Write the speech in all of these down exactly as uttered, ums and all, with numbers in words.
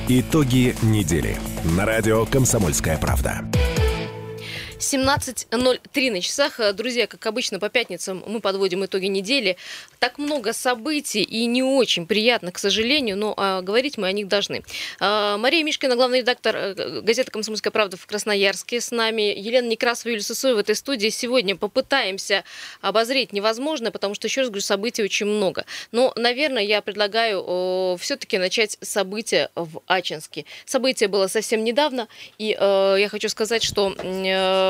Итоги недели на радио «Комсомольская правда». семнадцать ноль три на часах. Друзья, как обычно, по пятницам мы подводим итоги недели. Так много событий и не очень приятно, к сожалению, но а, говорить мы о них должны. А, Мария Мишкина, главный редактор газеты «Комсомольская правда» в Красноярске с нами. Елена Некрасова, Юлия Сысоева в этой студии. Сегодня попытаемся обозреть невозможно, потому что, еще раз говорю, событий очень много. Но, наверное, я предлагаю о, все-таки начать с события в Ачинске. Событие было совсем недавно, и э, я хочу сказать, что... Э,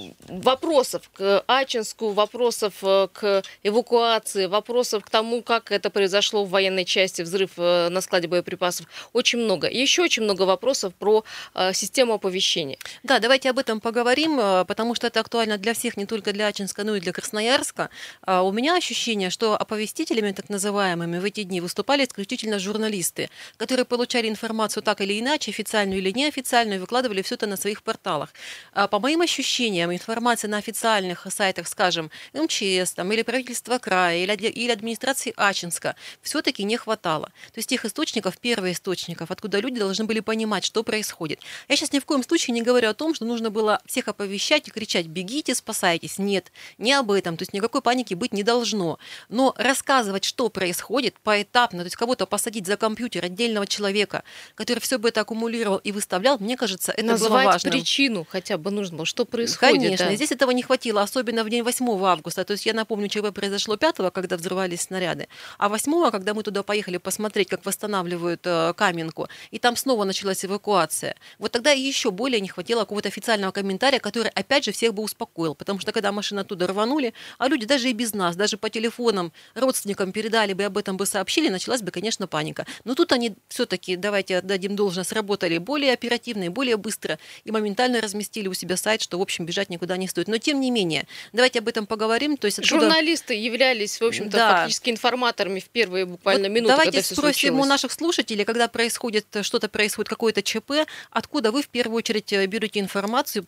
вопросов к Ачинску, вопросов к эвакуации, вопросов к тому, как это произошло в военной части, взрыв на складе боеприпасов, очень много. И еще очень много вопросов про систему оповещения. Да, давайте об этом поговорим, потому что это актуально для всех, не только для Ачинска, но и для Красноярска. У меня ощущение, что оповестителями, так называемыми, в эти дни выступали исключительно журналисты, которые получали информацию так или иначе, официальную или неофициальную, и выкладывали все это на своих порталах. По моим ощущениям, информация на официальных сайтах, скажем, эм че эс там, или правительства края, или, или администрации Ачинска, все-таки не хватало. То есть тех источников, первоисточников, откуда люди должны были понимать, что происходит. Я сейчас ни в коем случае не говорю о том, что нужно было всех оповещать и кричать: бегите, спасайтесь. Нет, не об этом. То есть никакой паники быть не должно. Но рассказывать, что происходит поэтапно, то есть кого-то посадить за компьютер отдельного человека, который все бы это аккумулировал и выставлял, мне кажется, это Назвать было важно. причину хотя бы нужно было, что происходит. Конечно, да. здесь этого не хватило, особенно в день восьмого августа. То есть я напомню, ЧП произошло пятого, когда взрывались снаряды, а восьмого, когда мы туда поехали посмотреть, как восстанавливают э, Каменку, и там снова началась эвакуация. Вот тогда еще более не хватило какого-то официального комментария, который, опять же, всех бы успокоил, потому что когда машины оттуда рванули, а люди даже и без нас, даже по телефонам родственникам передали бы, об этом бы сообщили, началась бы, конечно, паника. Но тут они все-таки, давайте отдадим должное, сработали более оперативно и более быстро, и моментально разместили у себя сайт, что, в общем, бежать никуда не стоит. Но, тем не менее, давайте об этом поговорим. То есть откуда... Журналисты являлись, в общем-то, да. фактически информаторами в первые буквально вот минуты, давайте когда все спросим случилось. у наших слушателей, когда происходит что-то, происходит какое-то ЧП, откуда вы в первую очередь берете информацию,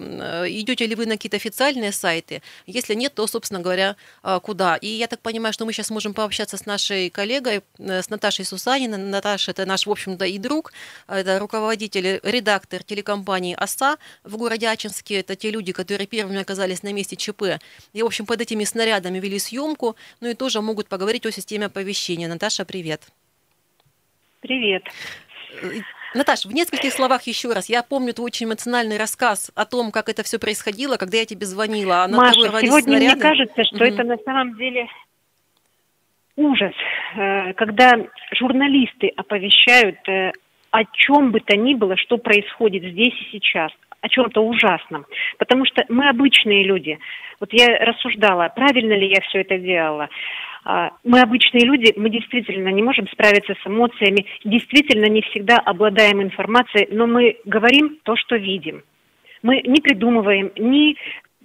идете ли вы на какие-то официальные сайты? Если нет, то, собственно говоря, куда? И я так понимаю, что мы сейчас можем пообщаться с нашей коллегой, с Наташей Сусаниной. Наташа — это наш, в общем-то, и друг, это руководитель, редактор телекомпании «Оса» в городе Ачинске. Это те люди, которые первыми оказались на месте ЧП и, в общем, под этими снарядами вели съемку, ну и тоже могут поговорить о системе оповещения. Наташа, привет. Привет. Наташа, в нескольких словах еще раз. Я помню твой очень эмоциональный рассказ о том, как это все происходило, когда я тебе звонила. А Маша, сегодня снаряды. Мне кажется, что угу. это на самом деле ужас, когда журналисты оповещают о чем бы то ни было, что происходит здесь и сейчас, о чем-то ужасном. Потому что мы обычные люди. Вот я рассуждала, правильно ли я все это делала. Мы обычные люди, мы действительно не можем справиться с эмоциями, действительно не всегда обладаем информацией, но мы говорим то, что видим. Мы не придумываем, не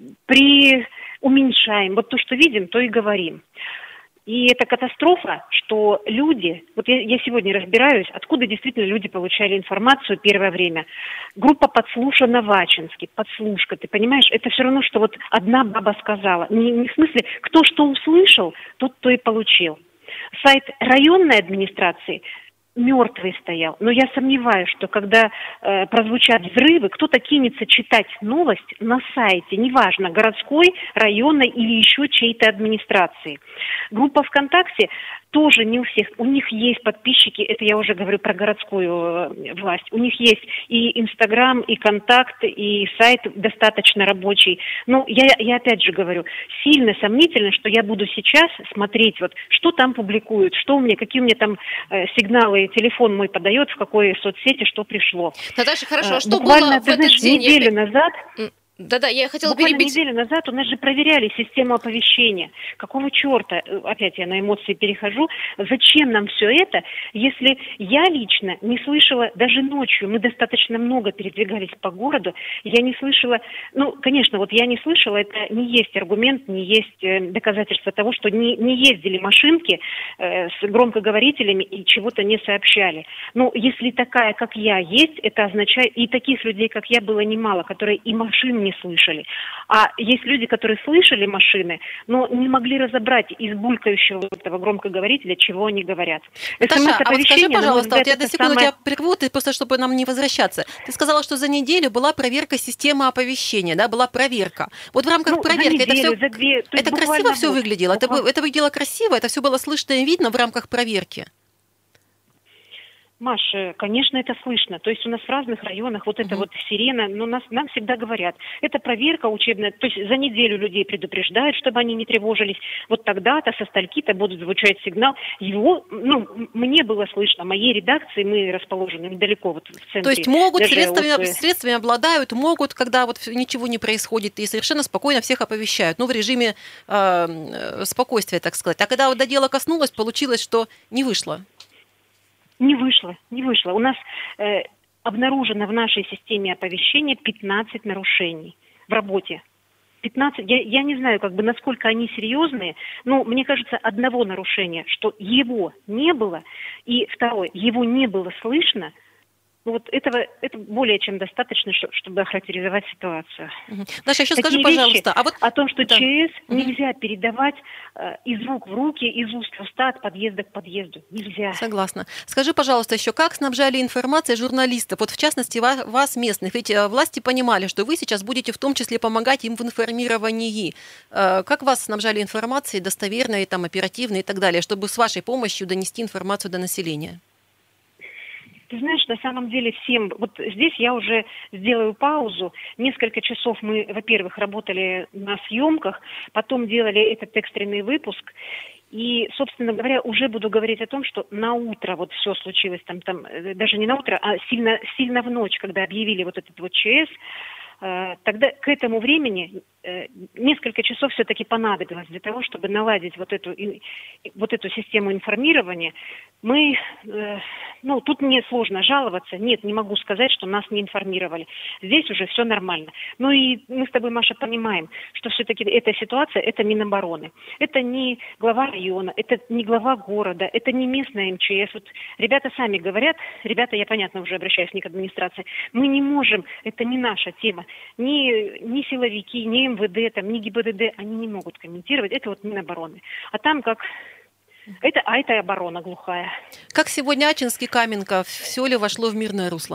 преуменьшаем. Вот то, что видим, то и говорим. И это катастрофа, что люди, вот я, я сегодня разбираюсь, откуда действительно люди получали информацию первое время. Группа подслушана в Ачинске, подслушка, ты понимаешь, это все равно, что вот одна баба сказала. Не, не в смысле, кто что услышал, тот то и получил. Сайт районной администрации мертвый стоял. Но я сомневаюсь, что когда э, прозвучат взрывы, кто-то кинется читать новость на сайте, неважно, городской, районной или еще чьей-то администрации. Группа ВКонтакте тоже не у всех. У них есть подписчики, это я уже говорю про городскую э, власть. У них есть и Инстаграм, и Контакт, и сайт достаточно рабочий. Но я, я опять же говорю, сильно сомнительно, что я буду сейчас смотреть, вот, что там публикуют, что у меня, какие у меня там э, сигналы, телефон мой подает, в какой соцсети что пришло. Наташа, хорошо, а что Буквально, было в ты этот знаешь, день? неделю Я... назад... Да-да, я хотела Буквально перебить. неделю назад у нас же проверяли систему оповещения. Какого черта, опять я на эмоции перехожу, зачем нам все это, если я лично не слышала, даже ночью, мы достаточно много передвигались по городу, я не слышала, ну, конечно, вот я не слышала, это не есть аргумент, не есть доказательство того, что не, не ездили машинки э, с громкоговорителями и чего-то не сообщали. Но если такая, как я, есть, это означает, и таких людей, как я, было немало, которые и машин не слышали. А есть люди, которые слышали машины, но не могли разобрать из булькающего этого громкоговорителя, чего они говорят. Наташа, а вот скажи, пожалуйста, вот я на секунду самое... тебя прерву, ты просто, чтобы нам не возвращаться. Ты сказала, что за неделю была проверка системы оповещения, да, была проверка. Вот в рамках ну, проверки неделю, это все, за две, это красиво все вот, выглядело, это, это выглядело красиво, это все было слышно и видно в рамках проверки. Маш, конечно, это слышно. То есть у нас в разных районах вот эта uh-huh. вот сирена, но нас, нам всегда говорят, это проверка учебная, то есть за неделю людей предупреждают, чтобы они не тревожились. Вот тогда-то со стальки-то будут звучать сигнал. Его, ну, мне было слышно, моей редакции, мы расположены недалеко вот в центре. То есть могут, средствами, от... средствами обладают, могут, когда вот ничего не происходит, и совершенно спокойно всех оповещают, ну, в режиме э, спокойствия, так сказать. А когда вот до дела коснулось, получилось, что не вышло. Не вышло, не вышло. У нас э, обнаружено в нашей системе оповещения пятнадцать нарушений в работе. пятнадцать, я, я не знаю, как бы, насколько они серьезные, но мне кажется, одного нарушения, что его не было, и второе, его не было слышно, ну вот этого это более чем достаточно, чтобы охарактеризовать ситуацию. Угу. Даша, еще Такие скажи, пожалуйста, а вот о том, что да. ЧС угу. нельзя передавать э, из рук в руки, из уст в уста, от подъезда к подъезду. Нельзя. Согласна. Скажи, пожалуйста, еще как снабжали информацией журналистов, вот в частности вас, вас местных, ведь власти понимали, что вы сейчас будете в том числе помогать им в информировании. Как вас снабжали информацией достоверной, там, оперативной и так далее, чтобы с вашей помощью донести информацию до населения? Ты знаешь, на самом деле всем, вот здесь я уже сделаю паузу. Несколько часов мы, во-первых, работали на съемках, потом делали этот экстренный выпуск. И, собственно говоря, уже буду говорить о том, что на утро вот все случилось, там, там, даже не на утро, а сильно, сильно в ночь, когда объявили вот этот вот ЧС, тогда к этому времени несколько часов все-таки понадобилось для того, чтобы наладить вот эту, вот эту систему информирования. Мы, ну, тут мне сложно жаловаться. Нет, не могу сказать, что нас не информировали. Здесь уже все нормально. Ну и мы с тобой, Маша, понимаем, что все-таки эта ситуация, это Минобороны. Это не глава района, это не глава города, это не местная МЧС. Вот ребята сами говорят, ребята, я, понятно, уже обращаюсь не к администрации, мы не можем, это не наша тема. Ни, ни силовики, ни МВД, там, ни ГИБДД, они не могут комментировать. Это вот Минобороны. А там как... Это, а это оборона глухая. Как сегодня Ачинск и Каменка, все ли вошло в мирное русло?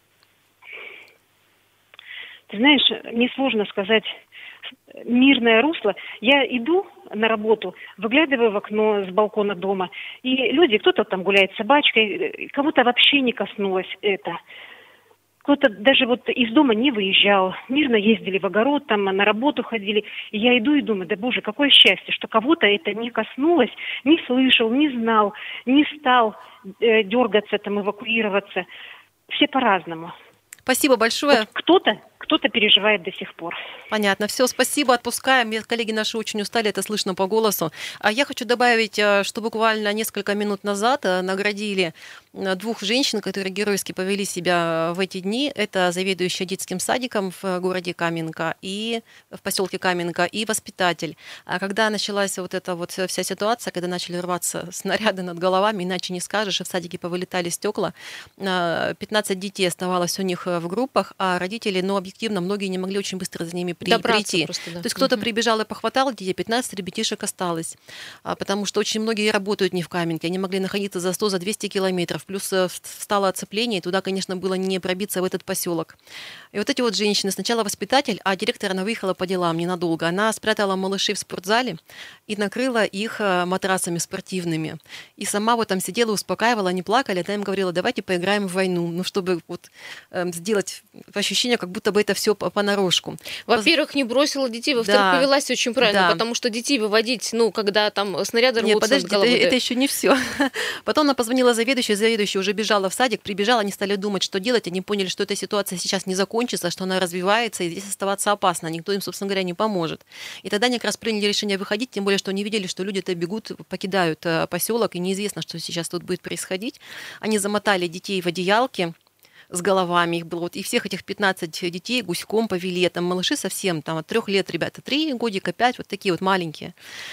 Ты знаешь, мне сложно сказать мирное русло. Я иду на работу, выглядываю в окно с балкона дома, и люди, кто-то там гуляет с собачкой, кого-то вообще не коснулось это. Кто-то даже вот из дома не выезжал, мирно ездили в огород, там на работу ходили. И я иду и думаю, да боже, какое счастье, что кого-то это не коснулось, не слышал, не знал, не стал э, дергаться, там, эвакуироваться. Все по-разному. Спасибо большое. Вот кто-то, кто-то переживает до сих пор. Понятно. Все, спасибо, отпускаем. Коллеги наши очень устали, это слышно по голосу. А я хочу добавить, что буквально несколько минут назад наградили двух женщин, которые геройски повели себя в эти дни. Это заведующая детским садиком в городе Каменка и в поселке Каменка и воспитатель. А когда началась вот эта вот вся ситуация, когда начали рваться снаряды над головами, иначе не скажешь, и в садике повылетали стекла, пятнадцать детей оставалось у них в группах, а родители, ну, объективно, многие не могли очень быстро за ними при, прийти. Просто, да. То есть кто-то угу. прибежал и похватал детей, пятнадцать ребятишек осталось, потому что очень многие работают не в Каменке, они могли находиться за сто, за двести километров, плюс встало оцепление, и туда, конечно, было не пробиться в этот поселок. И вот эти вот женщины, сначала воспитатель, а директор, она выехала по делам ненадолго, она спрятала малышей в спортзале и накрыла их матрасами спортивными. И сама вот там сидела, успокаивала, они плакали, она им говорила, давайте поиграем в войну, ну, чтобы вот э, сделать ощущение, как будто бы это все понарошку. Во-первых, не бросила детей, во-вторых, да. повелась очень правильно, да. потому что детей выводить, ну, когда там снаряды рвутся. Нет, подожди, это, это еще не все. Потом она позвонила заведующей, заведующая уже бежала в садик, прибежала, они стали думать, что делать, они поняли, что эта ситуация сейчас не закончится, что она развивается, и здесь оставаться опасно, никто им, собственно говоря, не поможет. И тогда они как раз приняли решение выходить, тем более, что они видели, что люди-то бегут, покидают поселок, и неизвестно, что сейчас тут будет происходить. Они замотали детей в одеялки, с головами их было. Вот, и всех этих пятнадцать детей гуськом повели. Там малыши совсем, там от трех лет, ребята, три годика, пять, вот такие вот маленькие.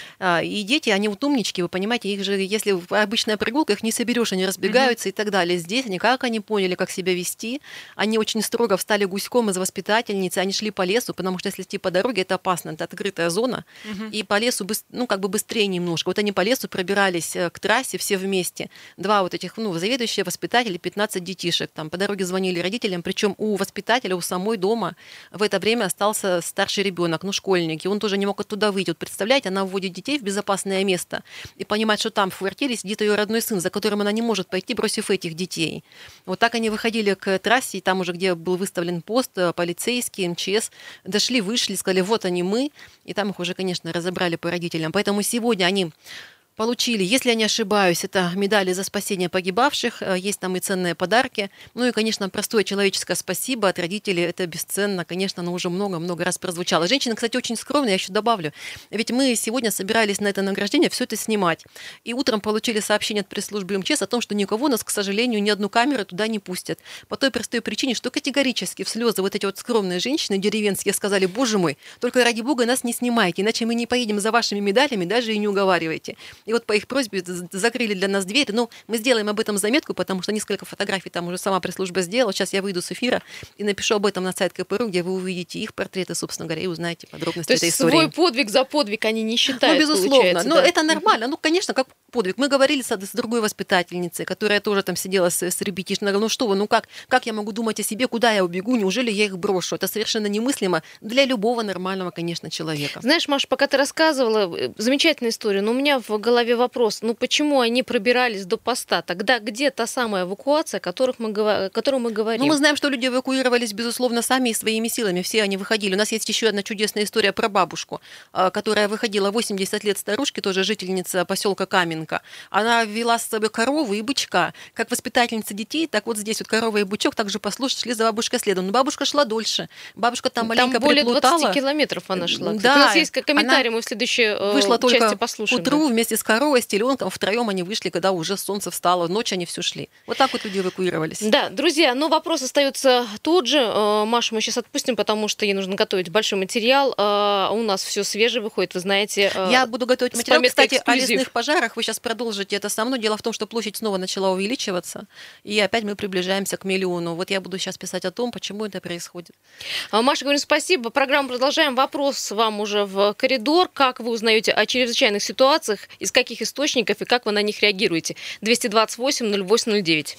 И дети, они вот умнички, вы понимаете, их же, если обычная прогулка, их не соберешь, они разбегаются mm-hmm. и так далее. Здесь они как они поняли, как себя вести. Они очень строго встали гуськом из воспитательницы, они шли по лесу, потому что если идти по дороге, это опасно, это открытая зона. Mm-hmm. И по лесу, ну, как бы быстрее немножко. Вот они по лесу пробирались к трассе все вместе. Два вот этих, ну, заведующие, воспитатели, пятнадцать детишек. Там по дороге звонили родителям, причем у воспитателя, у самой дома в это время остался старший ребенок, ну, школьник, и он тоже не мог оттуда выйти. Вот представляете, она вводит детей в безопасное место и понимает, что там в квартире сидит ее родной сын, за которым она не может пойти, бросив этих детей. Вот так они выходили к трассе, и там уже, где был выставлен пост, полицейские, эм че эс, дошли, вышли, сказали, вот они мы, и там их уже, конечно, разобрали по родителям. Поэтому сегодня они получили, если я не ошибаюсь, это медали за спасение погибавших, есть там и ценные подарки. Ну и, конечно, простое человеческое спасибо от родителей, это бесценно, конечно, оно уже много-много раз прозвучало. Женщины, кстати, очень скромные, я еще добавлю, ведь мы сегодня собирались на это награждение все это снимать. И утром получили сообщение от пресс-службы эм че эс о том, что никого нас, к сожалению, ни одну камеру туда не пустят. По той простой причине, что категорически в слезы вот эти вот скромные женщины деревенские сказали, боже мой, только ради бога нас не снимайте, иначе мы не поедем за вашими медалями, даже и не уговаривайте. И вот по их просьбе закрыли для нас двери. Ну, мы сделаем об этом заметку, потому что несколько фотографий там уже сама пресс-служба сделала. Сейчас я выйду с эфира и напишу об этом на сайт ка пэ эр у, где вы увидите их портреты, собственно говоря, и узнаете подробности То этой есть истории. свой подвиг за подвиг они не считают, Ну, безусловно. Но да. это нормально. Ну, конечно, как подвиг. Мы говорили с, с другой воспитательницей, которая тоже там сидела с, с ребятишками. Она говорила, ну что вы, ну как, как я могу думать о себе, куда я убегу, неужели я их брошу? Это совершенно немыслимо для любого нормального, конечно, человека. Знаешь, Маша, пока ты рассказывала, замечательная история, но у меня в голове вопрос, ну почему они пробирались до поста? Тогда где та самая эвакуация, о которых мы, о которой мы говорим? Ну, мы знаем, что люди эвакуировались, безусловно, сами и своими силами. Все они выходили. У нас есть еще одна чудесная история про бабушку, которая выходила восемьдесят лет старушки, тоже жительница поселка Каменка. Она вела с собой корову и бычка. Как воспитательница детей, так вот здесь вот корова и бычок также послушно шли за бабушкой следом. Но бабушка шла дольше. Бабушка там маленько там более приплутала. двадцать километров она шла. Да, у нас есть комментарий, мы в следующей вышла части только послушаем. к утру вместе с коровой, с теленком. Втроем они вышли, когда уже солнце встало. Ночью они все шли. Вот так вот люди эвакуировались. Да, друзья, но вопрос остается тот же. Машу мы сейчас отпустим, потому что ей нужно готовить большой материал. У нас все свежее выходит, вы знаете. Я буду готовить материал, кстати, эксклюзив. О лесных пожарах. Вы сейчас продолжите это со мной. Дело в том, что площадь снова начала увеличиваться, и опять мы приближаемся к миллиону. Вот я буду сейчас писать о том, почему это происходит. Маша, говорим спасибо. Программу продолжаем. Вопрос вам уже в коридор. Как вы узнаете о чрезвычайных ситуациях, из каких источников и как вы на них реагируете? двести двадцать восемь ноль восемь ноль девять.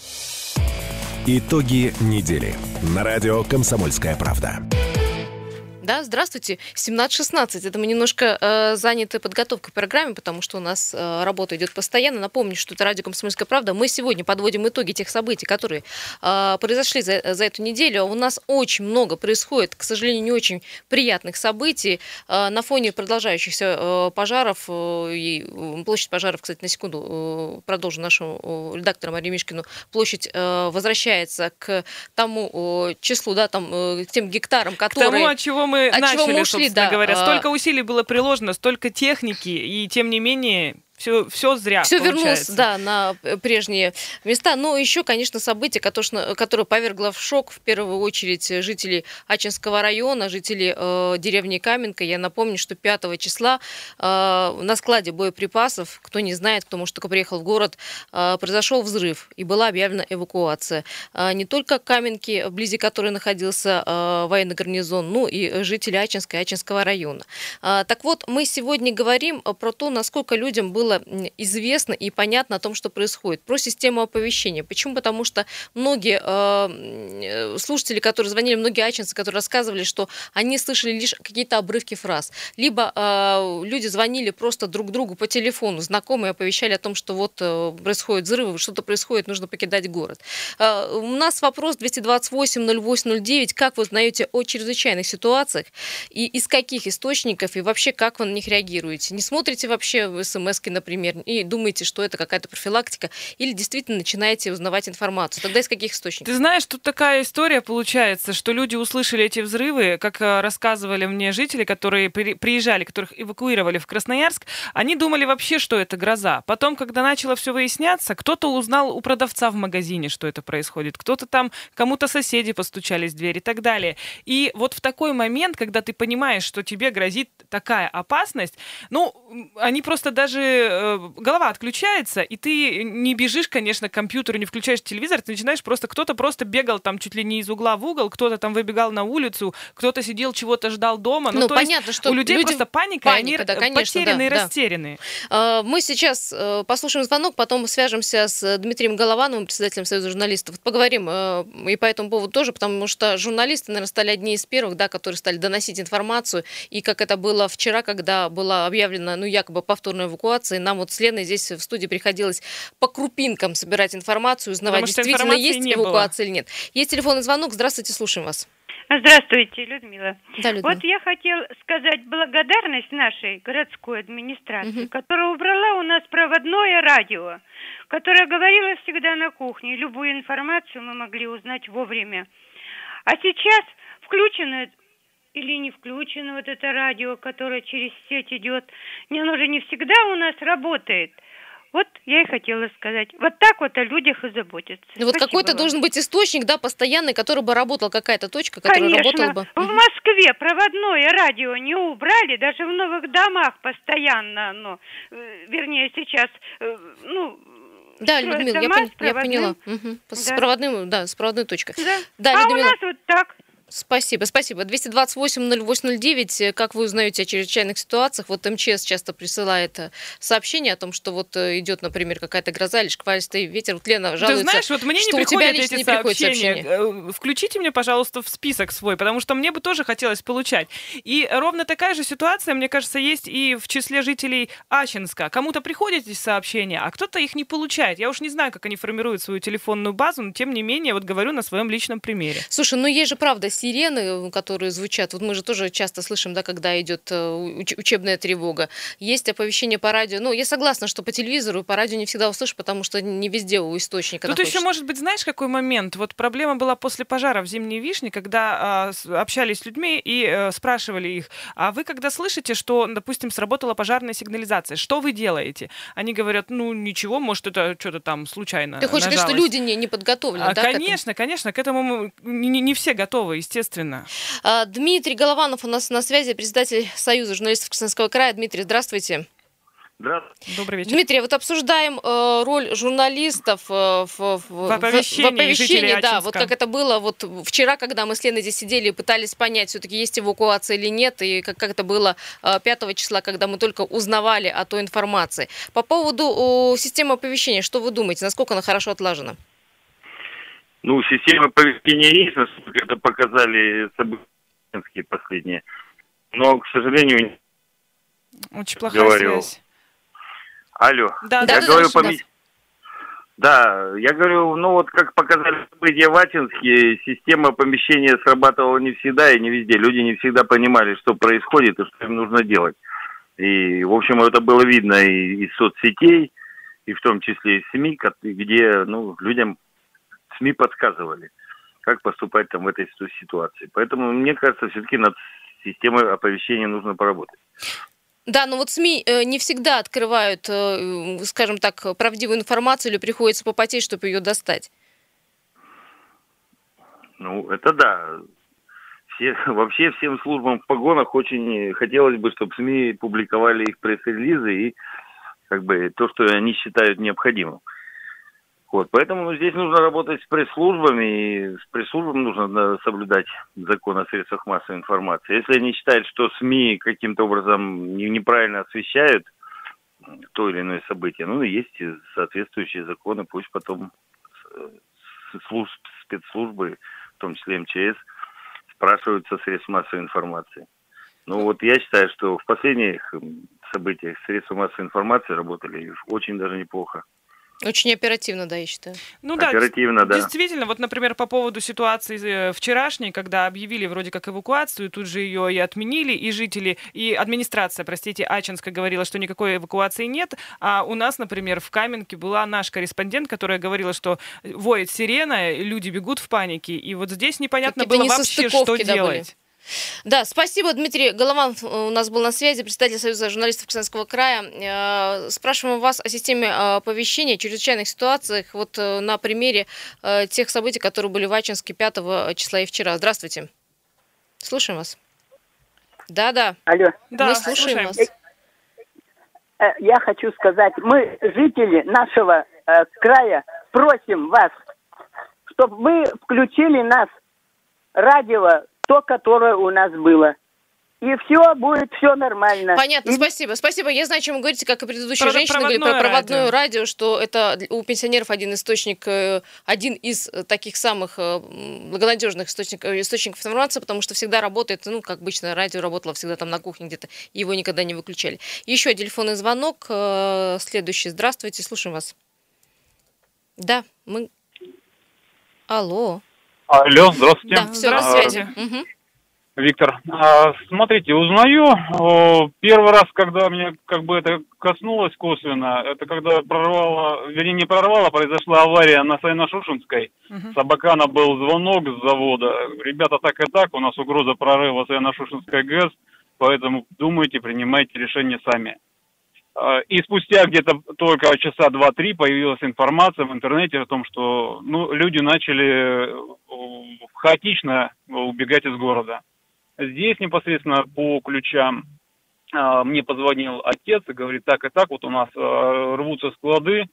Итоги недели. На радио «Комсомольская правда». Да, здравствуйте. семнадцать шестнадцать. Это мы немножко э, заняты подготовкой к программе, потому что у нас э, работа идет постоянно. Напомню, что это радио «Комсомольская правда». Мы сегодня подводим итоги тех событий, которые э, произошли за, за эту неделю. У нас очень много происходит, к сожалению, не очень приятных событий. Э, на фоне продолжающихся э, пожаров, э, и площадь пожаров, кстати, на секунду э, продолжу нашему э, редактору Марию Мишкину, площадь э, возвращается к тому э, числу, да, там, э, к тем гектарам, которые... К тому, от чего мы мы От начали, мы ушли, собственно да. говоря. Столько усилий было приложено, столько техники, и тем не менее... Все, все зря. Все получается. вернулось, да, на прежние места. Но еще, конечно, событие, которое, которое повергло в шок в первую очередь жителей Ачинского района, жителей э, деревни Каменка. Я напомню, что пятого числа э, на складе боеприпасов, кто не знает, кто, может, только приехал в город, э, произошел взрыв и была объявлена эвакуация. Э, не только Каменки, вблизи которой находился э, военный гарнизон, но и жители Ачинска и Ачинского района. Э, так вот, мы сегодня говорим про то, насколько людям было было известно и понятно о том, что происходит. Про систему оповещения. Почему? Потому что многие э, слушатели, которые звонили, многие ачинцы, которые рассказывали, что они слышали лишь какие-то обрывки фраз. Либо э, люди звонили просто друг другу по телефону, знакомые оповещали о том, что вот э, происходит взрывы, что-то происходит, нужно покидать город. Э, у нас вопрос двести двадцать восемь ноль восемь ноль девять. Как вы узнаете о чрезвычайных ситуациях и из каких источников, и вообще как вы на них реагируете? Не смотрите вообще в смс-ки на например, и думаете, что это какая-то профилактика, или действительно начинаете узнавать информацию? Тогда из каких источников? Ты знаешь, тут такая история получается, что люди услышали эти взрывы, как э, рассказывали мне жители, которые при- приезжали, которых эвакуировали в Красноярск, они думали вообще, что это гроза. Потом, когда начало все выясняться, кто-то узнал у продавца в магазине, что это происходит, кто-то там, кому-то соседи постучались в дверь и так далее. И вот в такой момент, когда ты понимаешь, что тебе грозит такая опасность, ну, они просто даже, э, голова отключается, и ты не бежишь, конечно, к компьютеру, не включаешь телевизор, ты начинаешь просто, кто-то просто бегал там чуть ли не из угла в угол, кто-то там выбегал на улицу, кто-то сидел, чего-то ждал дома. Ну, Ну, то понятно, есть что у людей люди- просто паника, паника, и они да, конечно, потерянные, да, да. растерянные. А, Мы сейчас э, послушаем звонок, потом свяжемся с Дмитрием Головановым, председателем Союза журналистов. Вот поговорим э, и по этому поводу тоже, потому что журналисты, наверное, стали одни из первых, да, которые стали доносить информацию. И как это было вчера, когда была объявлена, ну, якобы повторная эвакуация, нам вот с Леной здесь в студии приходилось по крупинкам собирать информацию, узнавать, Потому что действительно информации есть не было. эвакуация или нет. Есть телефонный звонок. Здравствуйте, слушаем вас. Здравствуйте, Людмила. Да, Людмила. Вот я хотела сказать благодарность нашей городской администрации, Мгм. которая убрала у нас проводное радио, которое говорило всегда на кухне, и любую информацию мы могли узнать вовремя. А сейчас включено или не включено вот это радио, которое через сеть идет, не, оно же не всегда у нас работает. Вот я и хотела сказать. Вот так вот о людях и заботятся. И вот Спасибо какой-то вам. должен быть источник, да, постоянный, который бы работал, какая-то точка, которая Конечно. работала бы. В Москве проводное радио не убрали, даже в новых домах постоянно оно, э, вернее, сейчас, э, ну, Да, строят Людмила, я, дома пон- с я проводным. поняла. Мгм. С Да. проводным, да, с проводной точкой. Да. Да, а Людмила. у нас вот так. Спасибо, спасибо. двести двадцать восемь ноль восемь ноль девять. Как вы узнаете о чрезвычайных ситуациях? Вот МЧС часто присылает э, сообщение о том, что вот э, идет, например, какая-то гроза или шквалистый ветер. Вот Лена Ты жалуется, знаешь, вот мне не что у тебя приходят лично эти не приходят сообщения. сообщения. Э, Включите мне, пожалуйста, в список свой, потому что мне бы тоже хотелось получать. И ровно такая же ситуация, мне кажется, есть и в числе жителей Ачинска. Кому-то приходят эти сообщения, а кто-то их не получает. Я уж не знаю, как они формируют свою телефонную базу, но тем не менее, вот говорю на своем личном примере. Слушай, ну есть же, правда, сирены, которые звучат. Вот мы же тоже часто слышим, да, когда идет э, уч- учебная тревога. Есть оповещение по радио. Ну, я согласна, что по телевизору и по радио не всегда услышишь, потому что не везде у источника Тут находишься. еще, может быть, знаешь, какой момент? Вот проблема была после пожара в Зимней Вишне, когда а, с- общались с людьми и э, спрашивали их, а вы когда слышите, что, допустим, сработала пожарная сигнализация, что вы делаете? Они говорят, ну, ничего, может, это что-то там случайно Ты хочешь сказать, что нажалось. люди не, не подготовлены, А, да, к этому? конечно, конечно, к этому мы- не, не все готовы, естественно. А, Дмитрий Голованов у нас на связи, председатель Союза журналистов Красноярского края. Дмитрий, здравствуйте. Здравствуйте. Добрый вечер. Дмитрий, вот обсуждаем э, роль журналистов э, в, в- в- оповещении в оповещении, жителей да, Ачинска. вот как это было вот вчера, когда мы с Леной здесь сидели и пытались понять, все-таки есть эвакуация или нет, и как, как это было э, пятого числа, когда мы только узнавали о той информации. По поводу о, системы оповещения, что вы думаете, насколько она хорошо отлажена? Ну, система оповещения есть, насколько это показали события последние. Но, к сожалению, Очень плохая говорил. связь. алло. Да, Да, я да, говорю, слушаю поме- Да, я говорю, ну вот как показали события в Ачинске, система оповещения срабатывала не всегда и не везде. Люди не всегда понимали, что происходит и что им нужно делать. И, в общем, это было видно и из соцсетей, и в том числе из СМИ, ко- где, ну, людям СМИ подсказывали, как поступать там в этой ситу- ситуации. Поэтому, мне кажется, все-таки над системой оповещения нужно поработать. Да, но вот СМИ э, не всегда открывают, э, скажем так, правдивую информацию или приходится попотеть, чтобы ее достать. Ну, это да. Все, вообще всем службам в погонах очень хотелось бы, чтобы СМИ публиковали их пресс-релизы и как бы то, что они считают необходимым. Вот, поэтому ну, здесь нужно работать с пресс-службами, и с пресс-службами нужно да, соблюдать закон о средствах массовой информации. Если они считают, что СМИ каким-то образом не- неправильно освещают то или иное событие, ну, есть и соответствующие законы, пусть потом э, с- служб, спецслужбы, в том числе МЧС, спрашивают со средств массовой информации. Ну, вот я считаю, что в последних м, событиях средства массовой информации работали очень даже неплохо. Очень оперативно, да, я считаю. Ну да, Оперативно, да. действительно, вот, например, по поводу ситуации вчерашней, когда объявили вроде как эвакуацию, тут же ее и отменили, и жители, и администрация, простите, Ачинска говорила, что никакой эвакуации нет, а у нас, например, в Каменке была наш корреспондент, которая говорила, что воет сирена, и люди бегут в панике, и вот здесь непонятно Какие-то было вообще, что несостыковки, да, были. делать. Да, спасибо, Дмитрий Голованов у нас был на связи, председатель Союза журналистов Краснодарского края. Э, Спрашиваем вас о системе э, оповещения, чрезвычайных ситуациях, вот э, на примере э, тех событий, которые были в Ачинске пятого числа и вчера. Здравствуйте. Слушаем вас. Да-да. Алло. Да, Мы слушаем вас. Э, Я хочу сказать, мы, жители нашего э, края, просим вас, чтобы вы включили нас, радио, то, которое у нас было. И все будет, все нормально. Понятно, И- спасибо. Спасибо. Я знаю, о чем вы говорите, как и предыдущие Про женщины говорили про проводное проводное радио. радио, что это у пенсионеров один источник, э, один из э, таких самых э, м, благонадежных источников, источников информации, потому что всегда работает, ну, как обычно, радио работало всегда там на кухне где-то, и его никогда не выключали. Еще телефонный звонок, э, следующий. Здравствуйте, слушаем вас. Да, мы... Алло. Алло, здравствуйте. Да, все, на А, связи. Мгм. Виктор, а, смотрите, узнаю, о, первый раз, когда меня как бы это коснулось косвенно, это когда прорвало, вернее не прорвало, произошла авария на Саяно-Шушенской. Мгм. С Абакана был звонок с завода. Ребята, так и так, у нас угроза прорыва Саяно-Шушенской ГЭС, поэтому думайте, принимайте решение сами. А, И спустя где-то только часа два-три появилась информация в интернете о том, что ну, люди начали э, хаотично убегать из города. Здесь непосредственно по ключам а, мне позвонил отец и говорит, так и так, вот у нас а, рвутся склады.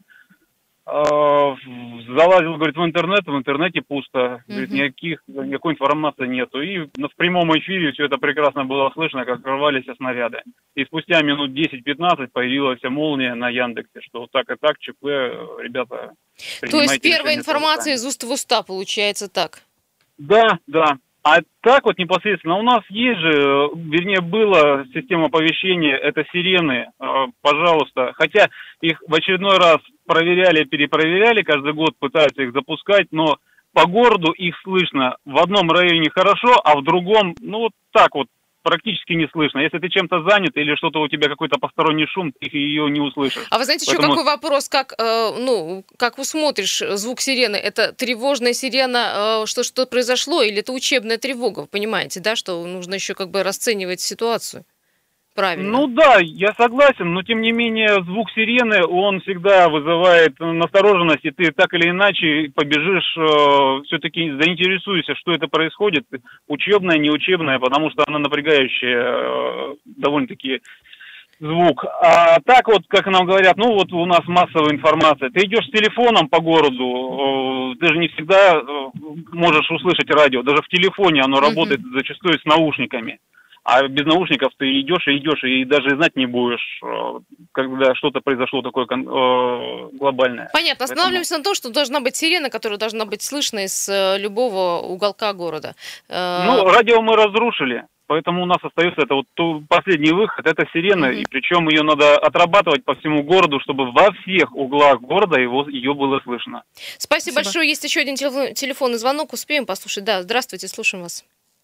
А, залазил, говорит, в интернет, в интернете пусто, говорит, Мгм. никаких, никакой информации нету. И в прямом эфире все это прекрасно было слышно, как рвались снаряды. И спустя минут десять-пятнадцать появилась молния на Яндексе, что так и так, ЧП, ребята, То есть принимайте первая решение информация сами. из уст в уста получается так. Да, да. А так вот непосредственно у нас есть же, э, вернее, была система оповещения, это сирены, э, пожалуйста. Хотя их в очередной раз проверяли, перепроверяли, каждый год пытаются их запускать, но по городу их слышно в одном районе хорошо, а в другом, ну вот так вот, практически не слышно. Если ты чем-то занят или что-то у тебя какой-то посторонний шум, ты ее не услышишь. А вы знаете, еще Поэтому- какой вопрос, как, э, ну, как усмотришь звук сирены? Это тревожная сирена, э, что что произошло, или это учебная тревога? Вы понимаете, да, что нужно еще как бы расценивать ситуацию правильно? Ну да, я согласен, но тем не менее звук сирены, он всегда вызывает настороженность, и ты так или иначе побежишь, э, все-таки заинтересуешься, что это происходит, учебное, неучебное, потому что она напрягающая э, довольно-таки звук. А так вот, как нам говорят, ну вот у нас массовая информация. Ты идешь с телефоном по городу, э, ты же не всегда э, можешь услышать радио, даже в телефоне оно Мгм. работает зачастую с наушниками. А без наушников ты идешь и идешь, и даже знать не будешь, э, когда что-то произошло такое кон- э, глобальное. Понятно. Останавливаемся на том, что должна быть сирена, которая должна быть слышна из э, любого уголка города. Э, Ну, радио мы разрушили, поэтому у нас остается это вот ту- последний выход, это сирена, Мгм. и причем ее надо отрабатывать по всему городу, чтобы во всех углах города его, ее было слышно. Спасибо, Спасибо. большое. Есть еще один телефон- телефонный звонок. Успеем послушать? Да, здравствуйте, слушаем вас.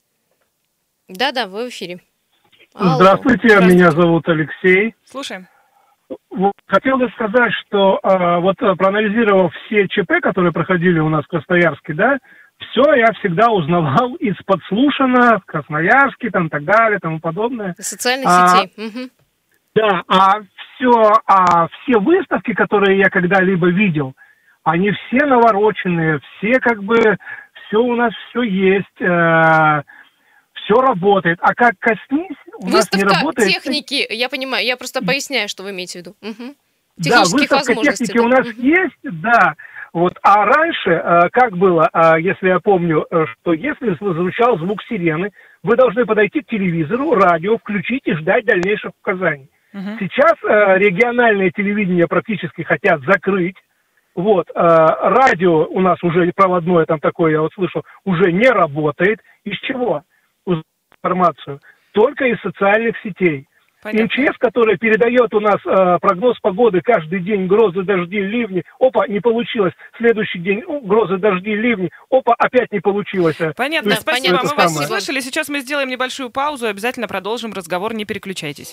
Да-да, вы в эфире. Алло. Здравствуйте, Здравствуйте. меня зовут Алексей. Слушаем. Вот, хотел бы сказать, что а, вот а, проанализировав все ЧП, которые проходили у нас в Красноярске, да, все я всегда узнавал из подслушано, в Красноярске, там, так далее, тому подобное. Из социальных А, сетей. Мгм. Да, а все, а все выставки, которые я когда-либо видел, они все навороченные, все как бы, все у нас все есть, э, все работает. А как коснись, у нас не Выставка работает. техники, я понимаю, я просто поясняю, что вы имеете в виду. Мгм. Да, Технических выставка возможностей. техники да. у нас Мгм. есть, да. Вот, а раньше, э, как было, э, если я помню, э, что если звучал звук сирены, вы должны подойти к телевизору, радио, включить и ждать дальнейших указаний. Мгм. Сейчас э, региональное телевидение практически хотят закрыть. Вот, э, радио у нас уже проводное, там такое, я вот слышу, уже не работает. Из чего? Узнать информацию. Только из социальных сетей. Понятно. МЧС, который передает у нас э, прогноз погоды каждый день, грозы, дожди, ливни. Опа, не получилось. Следующий день о, грозы, дожди, ливни. Опа, опять не получилось. Понятно, есть, спасибо. Мы вас самое. услышали. Сейчас мы сделаем небольшую паузу и обязательно продолжим разговор. Не переключайтесь.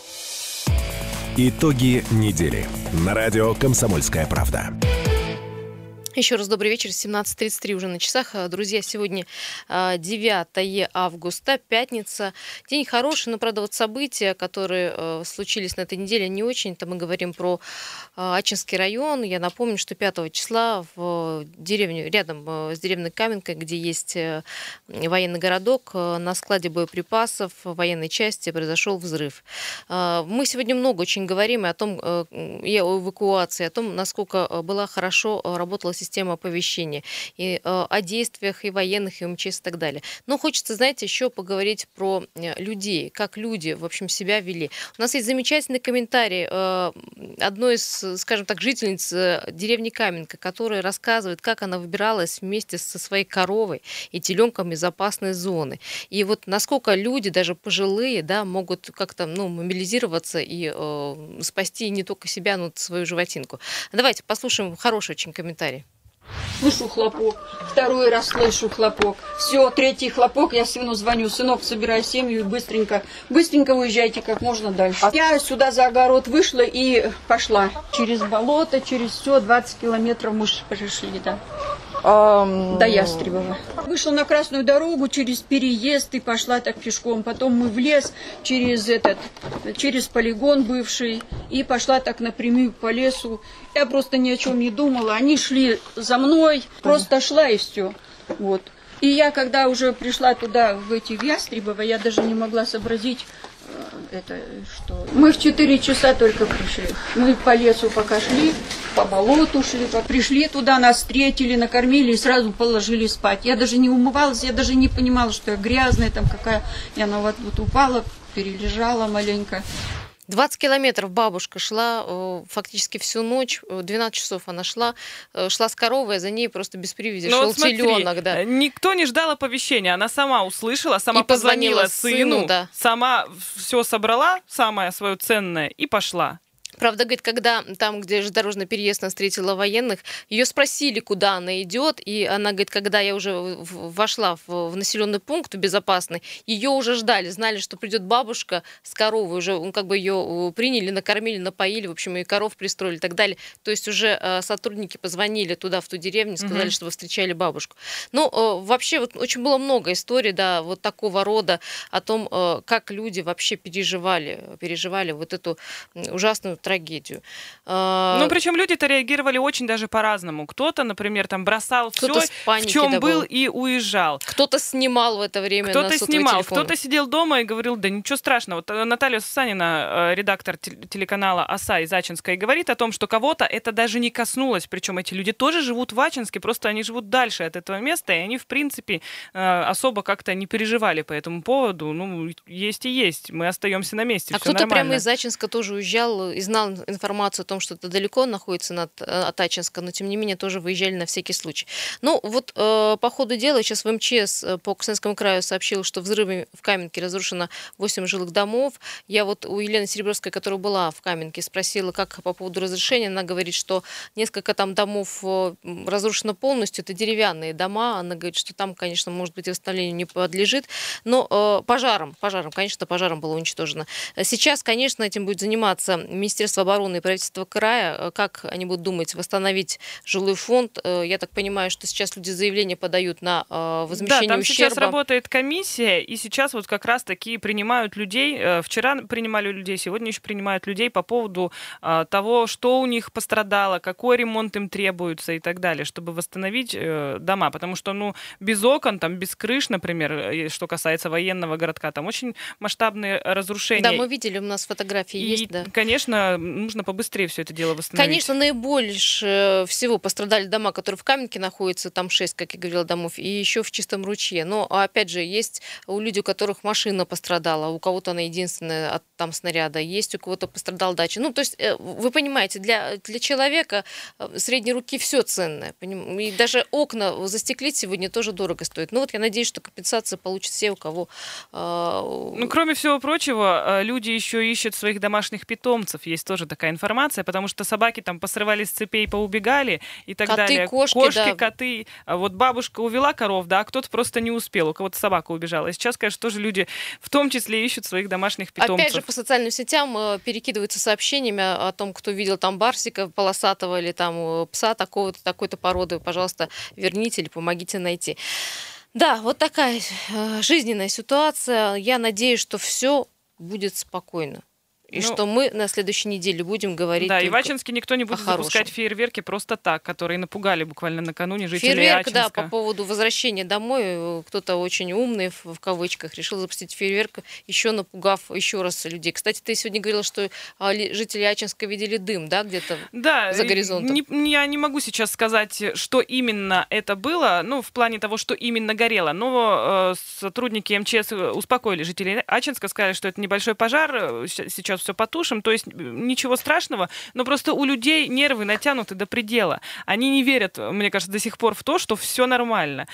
Итоги недели. На радио «Комсомольская правда». Еще раз добрый вечер, семнадцать тридцать три уже на часах. Друзья, сегодня девятое августа, пятница. День хороший, но, правда, вот события, которые случились на этой неделе, не очень-то. Мы говорим про Ачинский район. Я напомню, что пятого числа в деревню, рядом с деревней Каменка, где есть военный городок, на складе боеприпасов военной части произошел взрыв. Мы сегодня много очень говорим и о том, и о эвакуации, о том, насколько была хорошо работала система система оповещения, и э, о действиях и военных, и МЧС и так далее. Но хочется, знаете, еще поговорить про людей, как люди, в общем, себя вели. У нас есть замечательный комментарий э, одной из, скажем так, жительниц э, деревни Каменка, которая рассказывает, как она выбиралась вместе со своей коровой и теленком из опасной зоны. И вот насколько люди, даже пожилые, да, могут как-то, ну, мобилизироваться и э, спасти не только себя, но и свою животинку. Давайте послушаем хороший очень комментарий. Слышу хлопок, второй раз слышу хлопок. Все, третий хлопок, я сыну звоню. Сынок, собирай семью и быстренько, быстренько уезжайте как можно дальше. Я сюда за огород вышла и пошла. Через болото, через все, двадцать километров мы прошли, да. Um... До Ястребова. Вышла на красную дорогу через переезд и пошла так пешком. Потом мы в лес через этот, через полигон бывший и пошла так напрямую по лесу. Я просто ни о чем не думала. Они шли за мной, просто шла и все. Вот. И я, когда уже пришла туда, в эти в Ястребово, я даже не могла сообразить, это что. Мы в четыре часа только пришли. Мы по лесу пока шли, по болоту шли, пришли туда, нас встретили, накормили и сразу положили спать. Я даже не умывалась, я даже не понимала, что я грязная там какая. Я на вот, вот упала, перележала маленько. двадцать километров бабушка шла фактически всю ночь, двенадцать часов она шла, шла с коровой, а за ней просто без привязи шел вот теленок. Да. Никто не ждал оповещения, она сама услышала, сама и позвонила, позвонила сыну, сыну да. Сама все собрала, самое свое ценное, и пошла. Правда, говорит, когда там, где железнодорожный переезд, она встретила военных, ее спросили, куда она идет, и она говорит, когда я уже вошла в, в населенный пункт безопасный, ее уже ждали, знали, что придет бабушка с коровой, уже ну, как бы ее приняли, накормили, напоили, в общем, и коров пристроили и так далее. То есть уже э, сотрудники позвонили туда, в ту деревню, сказали, mm-hmm. что вы встречали бабушку. Ну, э, вообще, вот, очень было много историй, да, вот такого рода, о том, э, как люди вообще переживали, переживали вот эту ужасную трагедию. Ну, причем люди-то реагировали очень даже по-разному. Кто-то, например, там бросал все, в чем был, и уезжал. Кто-то снимал в это время кто-то на сотовый снимал, телефон. Кто-то сидел дома и говорил, да ничего страшного. Вот Наталья Сусанина, редактор телеканала «Оса» из Ачинска, и говорит о том, что кого-то это даже не коснулось. Причем эти люди тоже живут в Ачинске, просто они живут дальше от этого места, и они, в принципе, особо как-то не переживали по этому поводу. Ну, есть и есть. Мы остаемся на месте. А кто-то прямо из Ачинска тоже уезжал, из знал информацию о том, что это далеко находится над, от Ачинска, но тем не менее тоже выезжали на всякий случай. Ну вот э, по ходу дела сейчас в МЧС по Костанайскому краю сообщил, что взрывами в Каменке разрушено восемь жилых домов. Я вот у Елены Серебрёвской, которая была в Каменке, спросила, как по поводу разрушения. Она говорит, что несколько там домов разрушено полностью, это деревянные дома. Она говорит, что там, конечно, может быть, восстановлению не подлежит, но э, пожаром, пожаром, конечно, пожаром было уничтожено. Сейчас, конечно, этим будет заниматься Министерство обороны и правительство края, как они будут думать восстановить жилой фонд. Я так понимаю, что сейчас люди заявления подают на возмещение да, там ущерба. Сейчас работает комиссия, и сейчас вот как раз-таки принимают людей. Вчера принимали людей, сегодня еще принимают людей по поводу того, что у них пострадало, какой ремонт им требуется и так далее, чтобы восстановить дома. Потому что, ну, без окон, там, без крыш, например, что касается военного городка, там очень масштабные разрушения. Да, мы видели, у нас фотографии и, есть, да. Конечно, видимо, нужно побыстрее все это дело восстановить. Конечно, наибольше всего пострадали дома, которые в Каменке находятся, там шесть, как я говорила, домов, и еще в Чистом ручье. Но, опять же, есть у людей, у которых машина пострадала, у кого-то она единственная от там снаряда, есть у кого-то пострадала дача. Ну, то есть, вы понимаете, для, для человека средней руки все ценное. И даже окна застеклить сегодня тоже дорого стоит. Ну, вот я надеюсь, что компенсация получат все, у кого... Ну, кроме всего прочего, люди еще ищут своих домашних питомцев. Есть тоже такая информация, потому что собаки там посрывались с цепей, поубегали и так коты, далее. Кошки, кошки, да. коты. Вот бабушка увела коров, да, а кто-то просто не успел, у кого-то собака убежала. И сейчас, конечно, тоже люди в том числе ищут своих домашних питомцев. Опять же, по социальным сетям перекидываются сообщениями о том, кто видел там барсика полосатого или там пса такого-то, такой-то породы. Пожалуйста, верните или помогите найти. Да, вот такая жизненная ситуация. Я надеюсь, что все будет спокойно. И ну, что мы на следующей неделе будем говорить. Да, и в Ачинске никто не будет запускать фейерверки просто так, которые напугали буквально накануне жителей Фейерверк, Ачинска. да, по поводу возвращения домой. Кто-то очень умный, в, в кавычках, решил запустить фейерверк, еще напугав еще раз людей. Кстати, ты сегодня говорила, что жители Ачинска видели дым, да, где-то да, за горизонтом. Не, я не могу сейчас сказать, что именно это было, ну, в плане того, что именно горело. Но э, сотрудники эм че эс успокоили жителей Ачинска, сказали, что это небольшой пожар, сейчас все потушим, то есть ничего страшного, но просто у людей нервы натянуты до предела. Они не верят, мне кажется, до сих пор в то, что все нормально.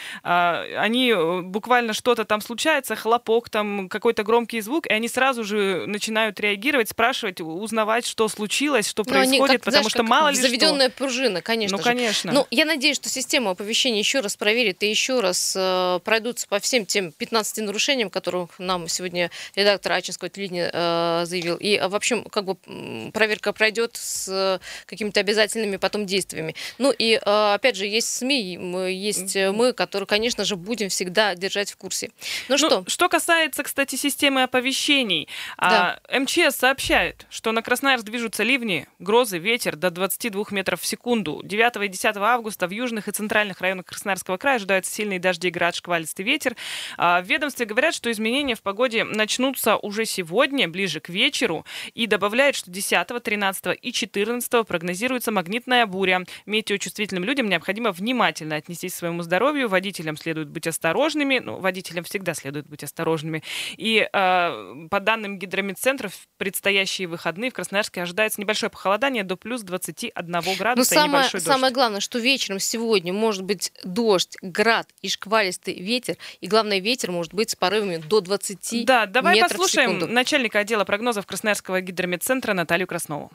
Они буквально что-то там случается, хлопок, там какой-то громкий звук, и они сразу же начинают реагировать, спрашивать, узнавать, что случилось, что но происходит, как, потому знаешь, что мало ли что. Заведенная пружина, конечно ну, же. конечно. Ну, я надеюсь, что система оповещения еще раз проверит и еще раз э, пройдутся по всем тем пятнадцати нарушениям, которых нам сегодня редактор Ачинского телевидения э, заявил. И в общем, как бы проверка пройдет с какими-то обязательными потом действиями. Ну и опять же, есть СМИ, есть мы, которые, конечно же, будем всегда держать в курсе. Ну, ну что? Что касается, кстати, системы оповещений, да. эм че эс сообщает, что на Красноярск движутся ливни, грозы, ветер до двадцати двух метров в секунду. девятого и десятого августа в южных и центральных районах Красноярского края ожидаются сильные дожди, град, шквалистый ветер. В ведомстве говорят, что изменения в погоде начнутся уже сегодня, ближе к вечеру. И добавляет, что десятого, тринадцатого и четырнадцатого прогнозируется магнитная буря. Метеочувствительным людям необходимо внимательно отнестись к своему здоровью. Водителям следует быть осторожными. Ну, водителям всегда следует быть осторожными. И э, по данным гидрометцентров, в предстоящие выходные в Красноярске ожидается небольшое похолодание до плюс двадцати одного градуса. Но и самое, небольшой дождь. Самое главное, что вечером сегодня может быть дождь, град и шквалистый ветер. И главное, ветер может быть с порывами до двадцати да, давай метров послушаем в секунду. Начальника отдела прогнозов Красноярского гидрометцентра Наталью Краснову.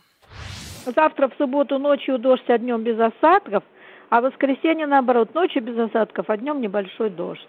Завтра в субботу ночью дождь, а днем без осадков, а в воскресенье наоборот, ночью без осадков, а днем небольшой дождь.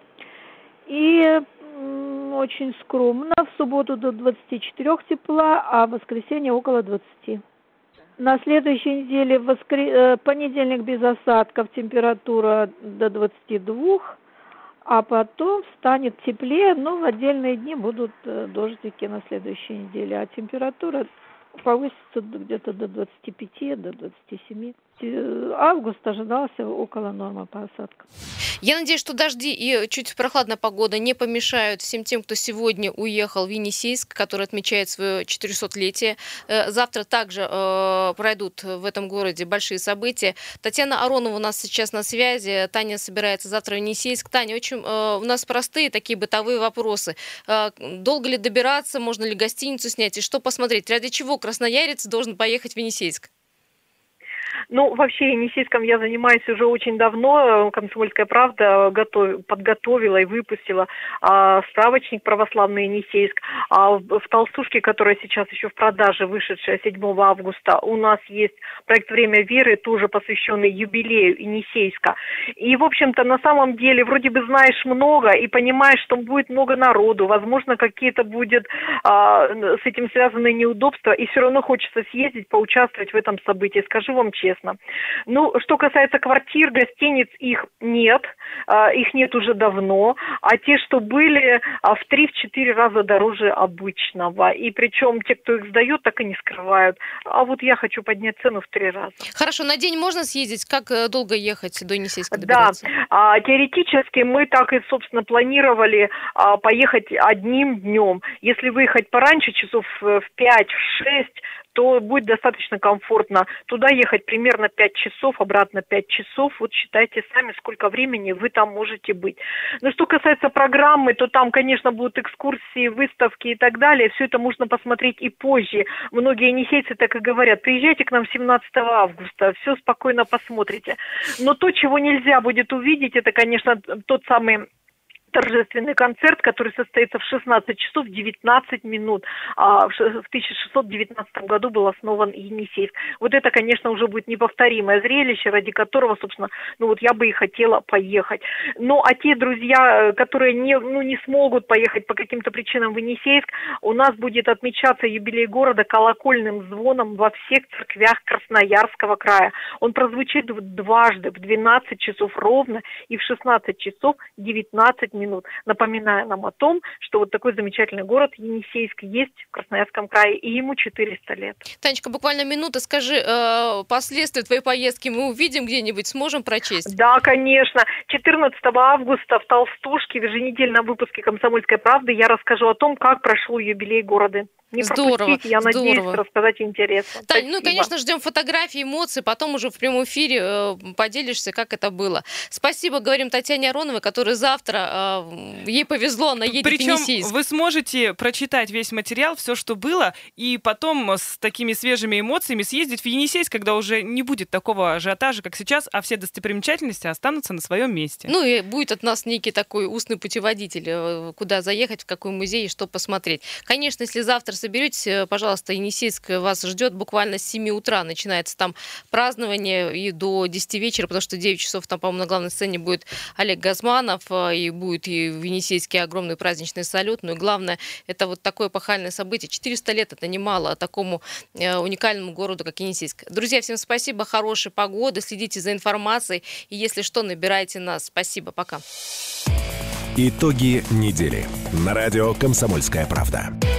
И м, очень скромно, в субботу до двадцати четырёх тепла, а в воскресенье около двадцати. На следующей неделе в воскр... понедельник без осадков, температура до двадцати двух, а потом станет теплее, но в отдельные дни будут дождики на следующей неделе, а температура повысится где-то до двадцати пяти, до двадцати семи. Август ожидался около нормы по осадкам. Я надеюсь, что дожди и чуть прохладная погода не помешают всем тем, кто сегодня уехал в Енисейск, который отмечает свое четырехсотлетие. Завтра также э, пройдут в этом городе большие события. Татьяна Аронова у нас сейчас на связи. Таня собирается завтра в Енисейск. Таня, очень э, у нас простые такие бытовые вопросы. Э, долго ли добираться, можно ли гостиницу снять и что посмотреть? Ради чего красноярец должен поехать в Енисейск? Ну, вообще, Енисейском я занимаюсь уже очень давно. «Комсомольская правда» готов, подготовила и выпустила а, справочник «Православный Енисейск». А в, в «Толстушке», которая сейчас еще в продаже, вышедшая седьмого августа, у нас есть проект «Время веры», тоже посвященный юбилею Енисейска. И, в общем-то, на самом деле, вроде бы знаешь много и понимаешь, что будет много народу, возможно, какие-то будет а, с этим связанные неудобства, и все равно хочется съездить, поучаствовать в этом событии. Скажу вам честно. Ну, что касается квартир, гостиниц, их нет, их нет уже давно, а те, что были, в три-четыре раза дороже обычного. И причем те, кто их сдает, так и не скрывают. А вот я хочу поднять цену в три раза. Хорошо, на день можно съездить? Как долго ехать до Енисейска добираться? Да, теоретически мы так и, собственно, планировали поехать одним днем. Если выехать пораньше, часов в пять-шесть, то будет достаточно комфортно. Туда ехать примерно пять часов, обратно пять часов. Вот считайте сами, сколько времени вы там можете быть. Но что касается программы, то там, конечно, будут экскурсии, выставки и так далее. Все это можно посмотреть и позже. Многие енисейцы так и говорят: приезжайте к нам семнадцатого августа, все спокойно посмотрите. Но то, чего нельзя будет увидеть, это, конечно, тот самый торжественный концерт, который состоится в шестнадцать часов девятнадцать минут. В тысяча шестьсот девятнадцатом году был основан Енисейск. Вот это, конечно, уже будет неповторимое зрелище, ради которого, собственно, ну вот я бы и хотела поехать. Ну, а те друзья, которые не, ну, не смогут поехать по каким-то причинам в Енисейск, у нас будет отмечаться юбилей города колокольным звоном во всех церквях Красноярского края. Он прозвучит дважды, в двенадцать часов ровно и в шестнадцать часов девятнадцать минут, напоминая нам о том, что вот такой замечательный город Енисейск есть в Красноярском крае, и ему четыреста лет. Танечка, буквально минута, скажи, э, последствия твоей поездки мы увидим где-нибудь, сможем прочесть? Да, конечно. четырнадцатого августа в Толстушке в еженедельном выпуске «Комсомольской правды» я расскажу о том, как прошел юбилей города. Не здорово, пропустите, я здорово. надеюсь, рассказать интересно. Тань, ну, конечно, ждем фотографии, эмоций, потом уже в прямом эфире э, поделишься, как это было. Спасибо, говорим Татьяне Ароновой, которая завтра, э, ей повезло, она едет Причем в Енисейск. вы сможете прочитать весь материал, все, что было, и потом с такими свежими эмоциями съездить в Енисейск, когда уже не будет такого ажиотажа, как сейчас, а все достопримечательности останутся на своем месте. Ну и будет от нас некий такой устный путеводитель, куда заехать, в какой музей и что посмотреть. Конечно, если завтра соберетесь, пожалуйста, Енисейск вас ждет буквально с семи утра. Начинается там празднование и до десяти вечера, потому что девять часов там, по-моему, на главной сцене будет Олег Газманов, и будет и в Енисейске огромный праздничный салют. Ну и главное, это вот такое эпохальное событие. четыреста лет — это немало такому уникальному городу, как Енисейск. Друзья, всем спасибо, хорошей погоды, следите за информацией, и если что, набирайте нас. Спасибо, пока. Итоги недели на радио «Комсомольская правда».